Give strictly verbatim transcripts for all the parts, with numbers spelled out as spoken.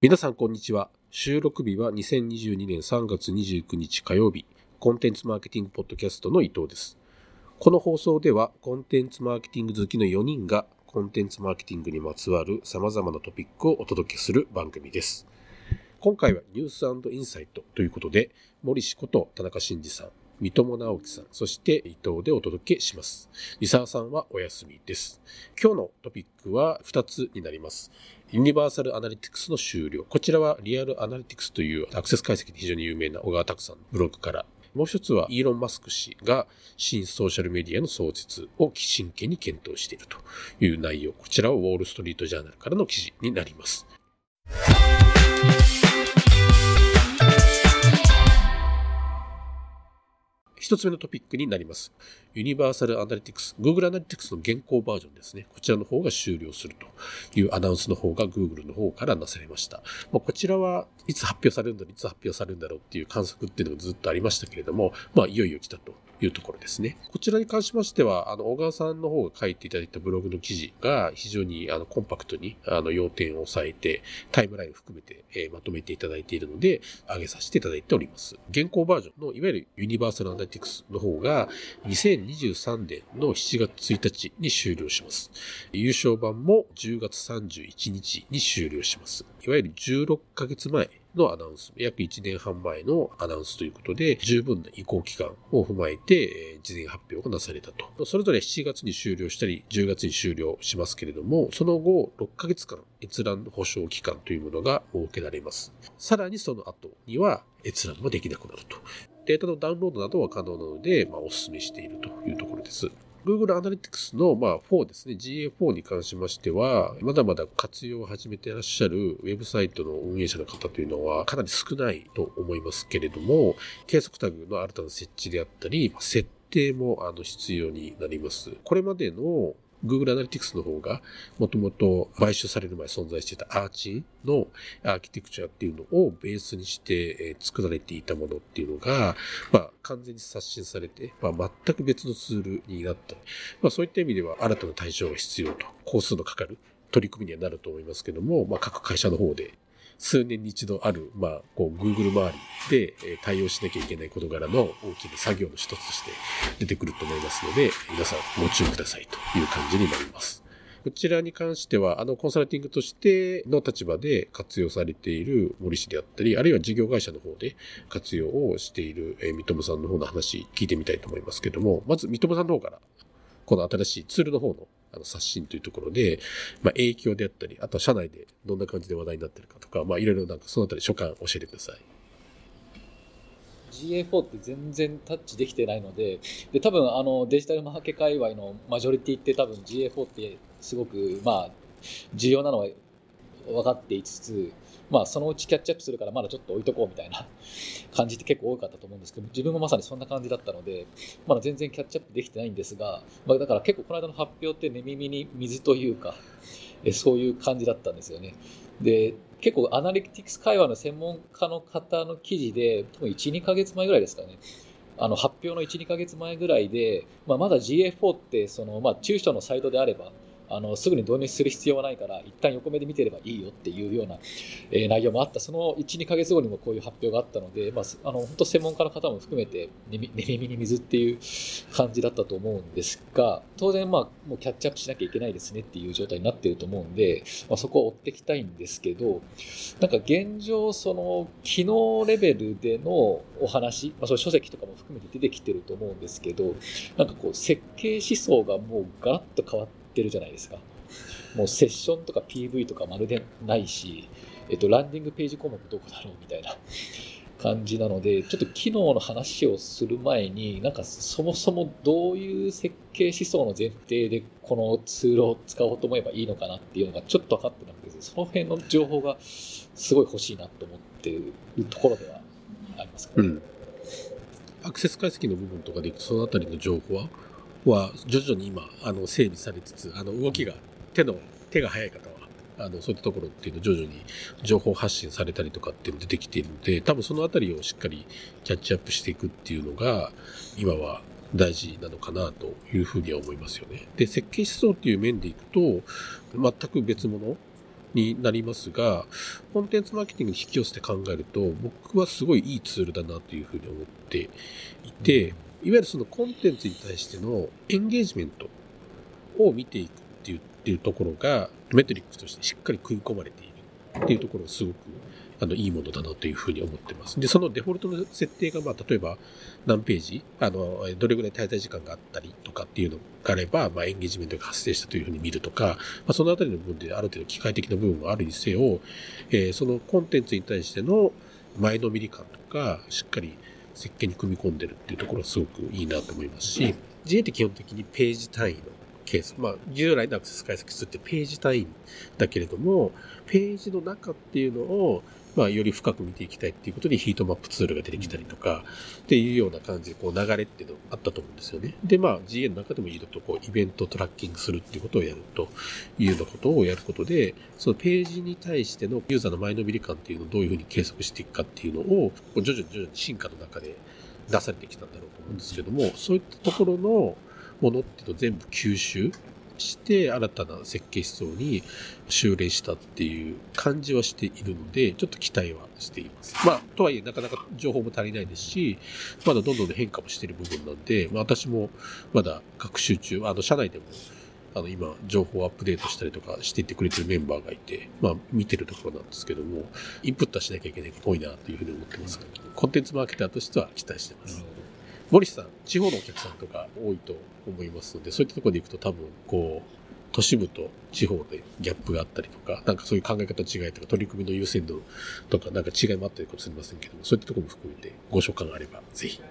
皆さんこんにちは。収録日はにせんにじゅうにねんさんがつにじゅうくにち火曜日、コンテンツマーケティングポッドキャストの伊藤です。この放送ではコンテンツマーケティング好きのよにんがコンテンツマーケティングにまつわる様々なトピックをお届けする番組です。今回はニュース&インサイトということで、森氏こと田中真二さん、三友直樹さん、そして伊藤でお届けします。三沢さんはお休みです。今日のトピックはふたつになります。ユニバーサルアナリティクスの終了。こちらはリアルアナリティクスというアクセス解析で非常に有名な小川拓さんのブログから。もう一つはイーロン・マスク氏が新ソーシャルメディアの創設を真剣に検討しているという内容。こちらはウォール・ストリート・ジャーナルからの記事になります。一つ目のトピックになります。ユニバーサルアナリティクス、Google アナリティクスの現行バージョンですね。こちらの方が終了するというアナウンスの方が Google の方からなされました。まあ、こちらはいつ発表されるんだろう、いつ発表されるんだろうっていう観測っていうのがずっとありましたけれども、まあいよいよ来たというところですね。こちらに関しましては、あの小川さんの方が書いていただいたブログの記事が非常にあのコンパクトにあの要点を抑えてタイムラインを含めて、えー、まとめていただいているので上げさせていただいております。現行バージョンのいわゆるユニバーサルアナリティクスの方がにせんにじゅうさんねんのしちがつついたちに終了します。優勝版もじゅうがつさんじゅういちにちに終了します。いわゆるじゅうろっかげつまえのアナウンス、約いちねんはんまえのアナウンスということで、十分な移行期間を踏まえて、事前発表がなされたと。それぞれしちがつに終了したり、じゅうがつに終了しますけれども、その後、ろっかげつかん閲覧保証期間というものが設けられます。さらにその後には閲覧もできなくなると。データのダウンロードなどは可能なので、まあ、お勧めしているというところです。Google Analytics のまあフォーですね、ジーエーフォー に関しましては、まだまだ活用を始めていらっしゃるウェブサイトの運営者の方というのはかなり少ないと思いますけれども、計測タグの新たな設置であったり、設定もあの必要になります。これまでのGoogle Analytics の方がもともと買収される前存在していたアーチンのアーキテクチャっていうのをベースにして作られていたものっていうのが、まあ、完全に刷新されて、まあ、全く別のツールになった。まあ、そういった意味では新たな対象が必要と、工数のかかる取り組みにはなると思いますけども、まあ、各会社の方で数年に一度ある、まあ、こう、Google 周りで対応しなきゃいけない事柄の大きな作業の一つとして出てくると思いますので、皆さんご注意くださいという感じになります。こちらに関しては、あの、コンサルティングとしての立場で活用されている森氏であったり、あるいは事業会社の方で活用をしている三友さんの方の話聞いてみたいと思いますけども、まず三友さんの方から、この新しいツールの方のあの刷新というところで、まあ、影響であったり、あとは社内でどんな感じで話題になっているかとか、まあ、いろいろなんかそのあたり所感教えてください。 ジーエーフォー って全然タッチできてないので、で多分あのデジタルマーケ界隈のマジョリティって多分 ジーエーフォー ってすごくまあ重要なのは分かっていつつ、まあそのうちキャッチアップするからまだちょっと置いとこうみたいな感じって結構多かったと思うんですけど、自分もまさにそんな感じだったので、まだ全然キャッチアップできてないんですが、まあ、だから結構この間の発表って寝耳に水というか、えそういう感じだったんですよね。で結構アナリティクス会話の専門家の方の記事で多分いち、にかげつまえぐらいですかね、あの発表のいち、にかげつまえぐらいで、まあ、まだ ジーエーフォー ってその、まあ、中小のサイトであればあのすぐに導入する必要はないから一旦横目で見てればいいよっていうような、えー、内容もあった。そのいち、にかげつごにもこういう発表があったので、まあ、あの本当専門家の方も含めて寝耳に水っていう感じだったと思うんですが、当然まあもうキャッチアップしなきゃいけないですねっていう状態になっていると思うんで、まあ、そこを追っていきたいんですけど、なんか現状その機能レベルでのお話、まあ、その書籍とかも含めて出てきてると思うんですけど、なんかこう設計思想がもうガラッと変わっててるじゃないですか。もうセッションとか ピーブイ とかまるでないし、えっと、ランディングページ項目どこだろうみたいな感じなので、ちょっと機能の話をする前に、なんかそもそもどういう設計思想の前提でこのツールを使おうと思えばいいのかなっていうのがちょっと分かってなくて、その辺の情報がすごい欲しいなと思っているところではありますかね。うん、 アクセス解析の部分とかでいくとそのあたりの情報はは徐々に今あの整備されつつ、あの動きが手の手が早い方はあのそういったところっていうのを徐々に情報発信されたりとかっていうの出てきているので、多分そのあたりをしっかりキャッチアップしていくっていうのが今は大事なのかなというふうには思いますよね。で、設計思想っていう面でいくと全く別物になりますが、コンテンツマーケティングに引き寄せて考えると、僕はすごいいいツールだなというふうに思っていて、いわゆるそのコンテンツに対してのエンゲージメントを見ていくっていう、っていうところが、メトリックとしてしっかり組み込まれているっていうところがすごくあのいいものだなというふうに思ってます。で、そのデフォルトの設定が、まあ、例えば何ページ、あの、どれぐらい滞在時間があったりとかっていうのがあれば、まあ、エンゲージメントが発生したというふうに見るとか、まあ、そのあたりの部分である程度機械的な部分があるにせよ、えー、そのコンテンツに対しての前のめり感とか、しっかり設計に組み込んでるっていうところはすごくいいなと思いますし、ジェー って基本的にページ単位のケース。まあ、従来のアクセス解析数ってページ単位だけれども、ページの中っていうのを、まあ、より深く見ていきたいっていうことにヒートマップツールが出てきたりとか、っていうような感じで、こう、流れっていうのがあったと思うんですよね。で、まあ、ジーエー の中でもいろいろとこう、イベントをトラッキングするっていうことをやるというようなことをやることで、そのページに対してのユーザーの前のめり感っていうのをどういうふうに計測していくかっていうのを、徐々に徐々に進化の中で出されてきたんだろうと思うんですけども、そういったところのものっていうのを全部吸収して新たな設計思想に修練したっていう感じはしているので、ちょっと期待はしています。まあ、とはいえなかなか情報も足りないですし、まだどんどん変化もしている部分なんで、まあ私もまだ学習中、あの、社内でも、あの、今、情報をアップデートしたりとかしていってくれてるメンバーがいて、まあ、見てるところなんですけども、インプットはしなきゃいけないっぽいなというふうに思ってますが、コンテンツマーケターとしては期待してます。森さん、地方のお客さんとか多いと思いますので、そういったところで行くと多分、こう、都市部と地方でギャップがあったりとか、なんかそういう考え方違いとか、取り組みの優先度とか、なんか違いもあったりかもしれませんけども、そういったところも含めてご所感があれば、ぜひ。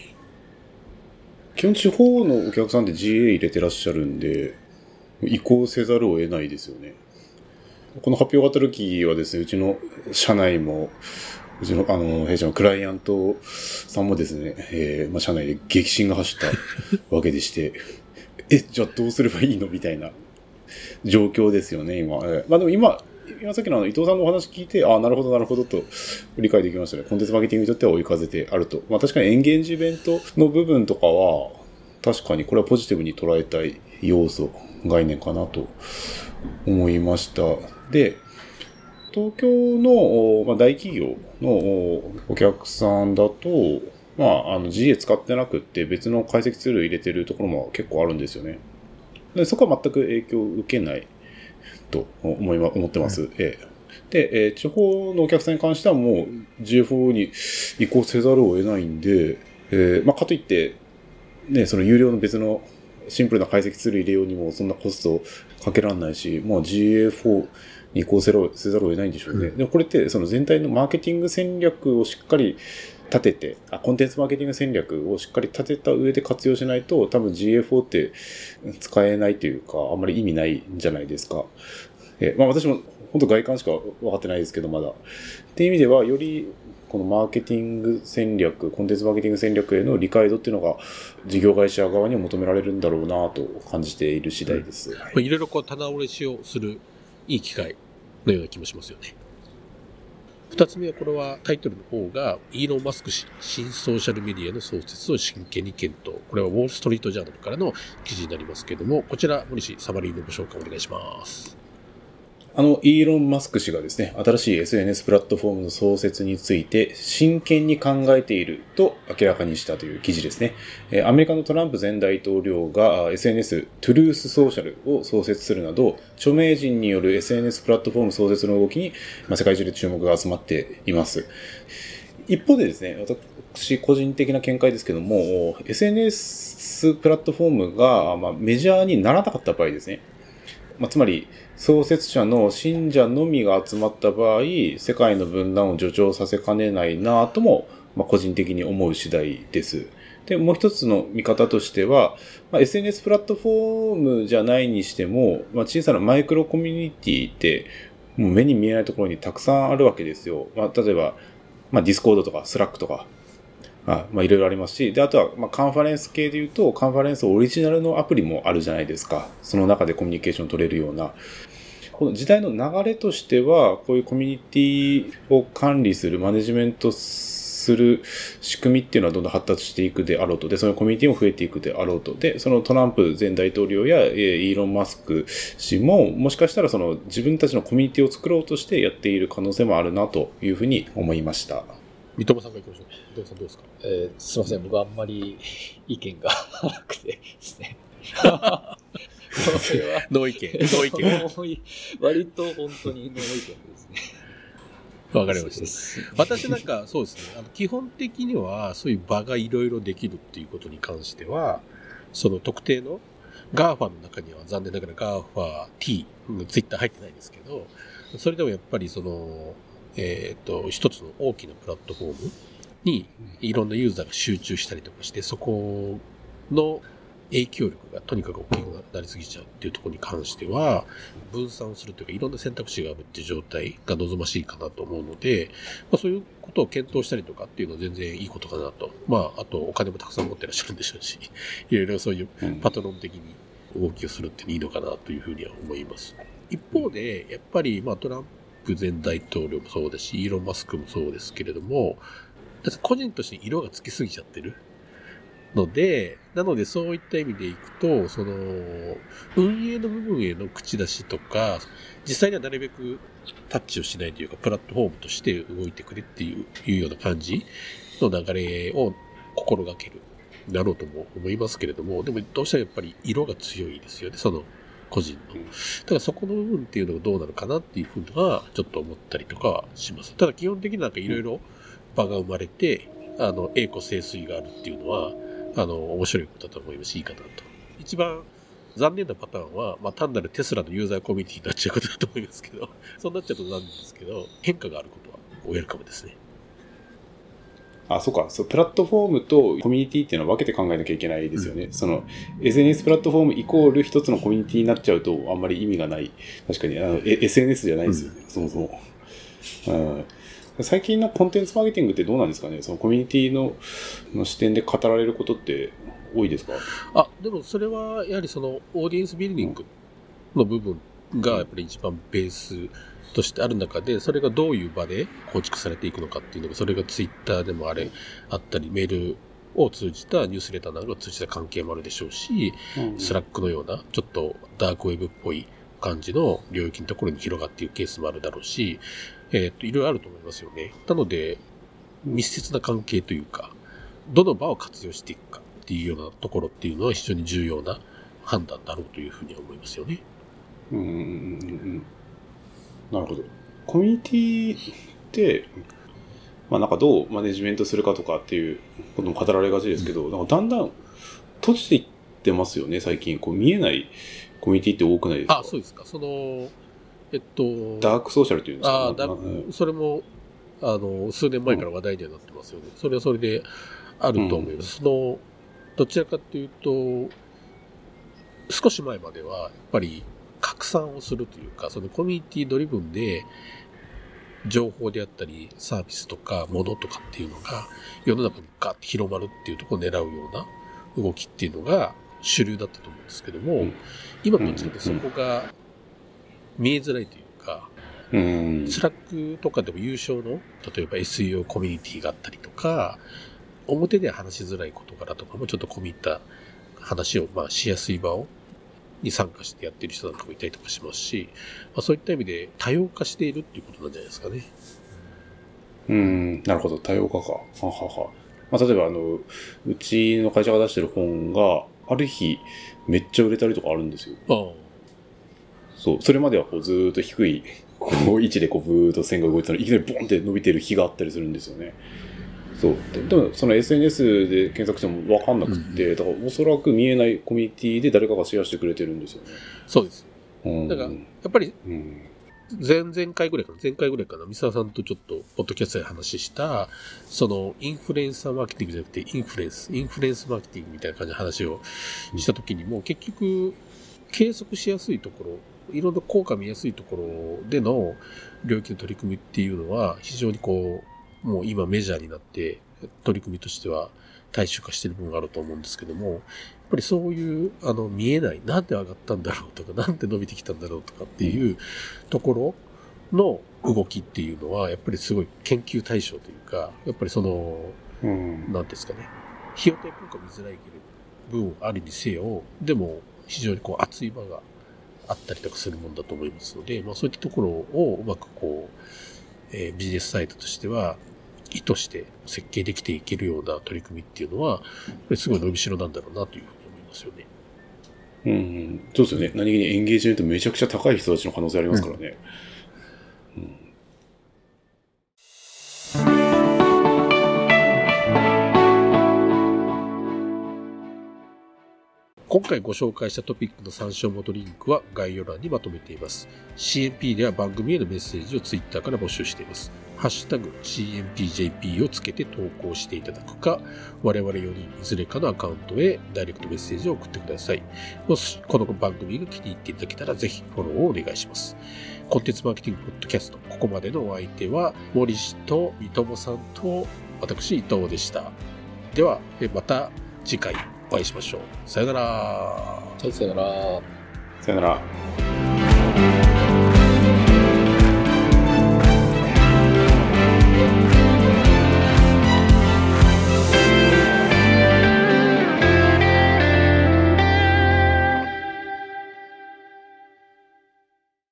基本地方のお客さんで ジーエー 入れてらっしゃるんで、移行せざるを得ないですよね。この発表があった時はですね、うちの社内も、うちの、あの、弊社のクライアントさんもですね、えー、まあ、社内で激震が走ったわけでして、え、じゃあどうすればいいのみたいな状況ですよね、今。えー、まあでも今、今さっきのあの伊藤さんのお話聞いて、ああ、なるほど、なるほどと理解できましたね。コンテンツマーケティングにとっては追い風であると。まあ確かにエンゲージメントの部分とかは、確かにこれはポジティブに捉えたい要素、概念かなと思いました。で、東京の、まあ、大企業のお客さんだと、まあ、あの ジーエー 使ってなくって別の解析ツール入れてるところも結構あるんですよね。でそこは全く影響を受けないと思いま、思ってます。うん、えー、で、えー、地方のお客さんに関してはもう ジーエフオー に移行せざるを得ないんで、えー、まあ、かといって、ね、その有料の別のシンプルな解析ツール入れようにもそんなコストかけられないし、まあ ジーエフオー に移行せざるを得ないんでしょうね。うん、でもこれってその全体のマーケティング戦略をしっかり立てて、あ、コンテンツマーケティング戦略をしっかり立てた上で活用しないと多分 ジーエフオー って使えないというか、あんまり意味ないんじゃないですか。え、まあ私も本当外観しか分かってないですけど、まだ。っていう意味では、よりこのマーケティング戦略、コンテンツマーケティング戦略への理解度っていうのが事業会社側には求められるんだろうなと感じている次第です。うん、 はい、いろいろこう棚卸しをするいい機会のような気もしますよね。二つ目はこれはタイトルの方がイーロン・マスク氏新ソーシャルメディアの創設を真剣に検討。これはウォールストリートジャーナルからの記事になりますけれども、こちら森氏サマリーのご紹介お願いします。 あの、イーロン・マスク氏がですね、新しい エスエヌエス プラットフォームの創設について真剣に考えていると明らかにしたという記事ですね。アメリカのトランプ前大統領が エスエヌエス トゥルースソーシャルを創設するなど、著名人による エスエヌエス プラットフォーム創設の動きに世界中で注目が集まっています。一方でですね、私個人的な見解ですけども、エスエヌエス プラットフォームがメジャーにならなかった場合ですね。まあ、つまり、創設者の信者のみが集まった場合、世界の分断を助長させかねないなとも、まあ、個人的に思う次第です。で、もう一つの見方としては、まあ、エスエヌエス プラットフォームじゃないにしても、まあ、小さなマイクロコミュニティって、もう目に見えないところにたくさんあるわけですよ。まあ、例えば、まあ、ディスコードとかスラックとか、あまあいろいろありますし、で、あとは、まあ、カンファレンス系で言うと、カンファレンスオリジナルのアプリもあるじゃないですか。その中でコミュニケーション取れるような。この時代の流れとしては、こういうコミュニティを管理する、マネジメントすする仕組みっていうのはどんどん発達していくであろうと。で、そのコミュニティも増えていくであろうと。で、そのトランプ前大統領やイーロン・マスク氏も、もしかしたらその自分たちのコミュニティを作ろうとしてやっている可能性もあるなというふうに思いました。 三笘さんが行きましょう。三笘さんどうですか？ えー、すいません、僕はあんまり意見がなくてですね。 ノー意見。ノー意見。 割と本当にノー意見ですね。 わかりました。私なんかそうですね。あの基本的にはそういう場がいろいろできるっていうことに関しては、その特定の ガーファ の中には残念ながら ガーファ T、ツイッター入ってないですけど、それでもやっぱりその、えっと、一つの大きなプラットフォームにいろんなユーザーが集中したりとかして、そこの影響力がとにかく大きくなりすぎちゃうっていうところに関しては、分散するというか、いろんな選択肢があるっていう状態が望ましいかなと思うので、まあ、そういうことを検討したりとかっていうのは全然いいことかなと。まあ、あとお金もたくさん持ってらっしゃるんでしょうし、いろいろそういうパトロン的に動きをするっていいのかなというふうには思います。一方で、やっぱり、まあ、トランプ前大統領もそうですし、イーロン・マスクもそうですけれども、個人として色がつきすぎちゃってるので、なのでそういった意味でいくと、その、運営の部分への口出しとか、実際にはなるべくタッチをしないというか、プラットフォームとして動いてくれっていう、いうような感じの流れを心がけるだろうとも思いますけれども、でもどうしてもやっぱり色が強いですよね、その個人の。だからそこの部分っていうのがどうなのかなっていうふうには、ちょっと思ったりとかします。ただ基本的になんかいろいろ場が生まれて、あの、栄枯盛衰があるっていうのは、あの、面白いことだと思いますし、いいかなと。一番残念なパターンは、まあ単なるテスラのユーザーコミュニティになっちゃうことだと思いますけど、そうなっちゃうとなんですけど、変化があることはウェルカムですね。 あ、そうか。そう、プラットフォームとコミュニティっていうのは分けて考えなきゃいけないですよね。うん、その、エスエヌエス プラットフォームイコール一つのコミュニティになっちゃうと、あんまり意味がない。確かに、あの、エスエヌエス じゃないですよね、うん、そもそも。うん最近のコンテンツマーケティングってどうなんですかね？そのコミュニティのの視点で語られることって多いですか？ あ、でもそれはやはりそのオーディエンスビルディングの部分がやっぱり一番ベースとしてある中で、それがどういう場で構築されていくのかっていうのが、それがツイッターでもあれあったり、メールを通じたニュースレターなどを通じた関係もあるでしょうし、スラックのようなちょっとダークウェブっぽい感じの領域のところに広がっていくケースもあるだろうし、えっと、いろいろあると思いますよね。なので、密接な関係というか、どの場を活用していくかっていうようなところっていうのは非常に重要な判断だろうというふうに思いますよね。 うんうんうんうん。なるほど。コミュニティって、まあなんかどうマネジメントするかとかっていうことも語られがちですけど、うん、なんかだんだん閉じていってますよね、最近。こう見えないコミュニティって多くないですか？ あ、そうですか。その、えっと、 ダークソーシャルっていうんですか？ あだそれもあの数年前から話題にはなってますよね。うん、それはそれであると思います。うん、そのどちらかというと少し前まではやっぱり拡散をするというか、そのコミュニティドリブンで情報であったりサービスとか物とかっていうのが世の中にガッと広まるっていうところを狙うような動きっていうのが主流だったと思うんですけども、うん、今と違ってそこが見えづらいというか、うん、スラックとかでも優勝の例えば エスイーオー コミュニティがあったりとか、表で話しづらい事柄とかもちょっと込み入った話をまあしやすい場をに参加してやってる人なんかもいたりとかしますし、まあ、そういった意味で多様化しているっていうことなんじゃないですかね。 うん、なるほど、多様化か。ははは。まあ、例えばあのうちの会社が出してる本がある日めっちゃ売れたりとかあるんですよ。ああ。そう、それまではこうずーっと低いこう位置でこうブーっと線が動いてたのいきなりボンって伸びてる日があったりするんですよね。そう。で, でもその エスエヌエス で検索しても分かんなくて、うん、だからおそらく見えないコミュニティで誰かがシェアしてくれてるんですよね。 そうです。うん、だからやっぱり前々回ぐらいかな前回ぐらいかな三沢さんとちょっとポッドキャストで話したそのインフルエンサーマーケティングじゃなくてインフルエンスインフルエンスマーケティングみたいな感じの話をした時にも、うん、結局計測しやすいところいろんな効果見やすいところでの領域の取り組みっていうのは非常にこうもう今メジャーになって取り組みとしては大衆化している部分があると思うんですけども、やっぱりそういうあの見えないなんで上がったんだろうとかなんで伸びてきたんだろうとかっていうところの動きっていうのは、やっぱりすごい研究対象というか、やっぱりその、 うん、 なんですかね、費用対効果見づらいけれど、分あるにせよ、でも非常にこう熱い場があったりとかするもんだと思いますので、まあそういったところをうまくこう、えー、ビジネスサイトとしては意図して設計できていけるような取り組みっていうのは、すごい伸びしろなんだろうなというふうに思いますよね。 うん、そうですよね。何気にエンゲージメントめちゃくちゃ高い人たちの可能性ありますからね。うんうん今回ご紹介したトピックの参照元リンクは概要欄にまとめています。シーエムピー では番組へのメッセージをツイッターから募集しています。ハッシュタグ シーエムピージェーピー をつけて投稿していただくか、我々よにんいずれかのアカウントへダイレクトメッセージを送ってください。もしこの番組が気に入っていただけたらぜひフォローをお願いします。コンテンツマーケティングポッドキャスト、ここまでのお相手は森氏と三友さんと私伊藤でした。ではまた次回お会いしましょう。さよなら。 はい、さよなら。 さよなら。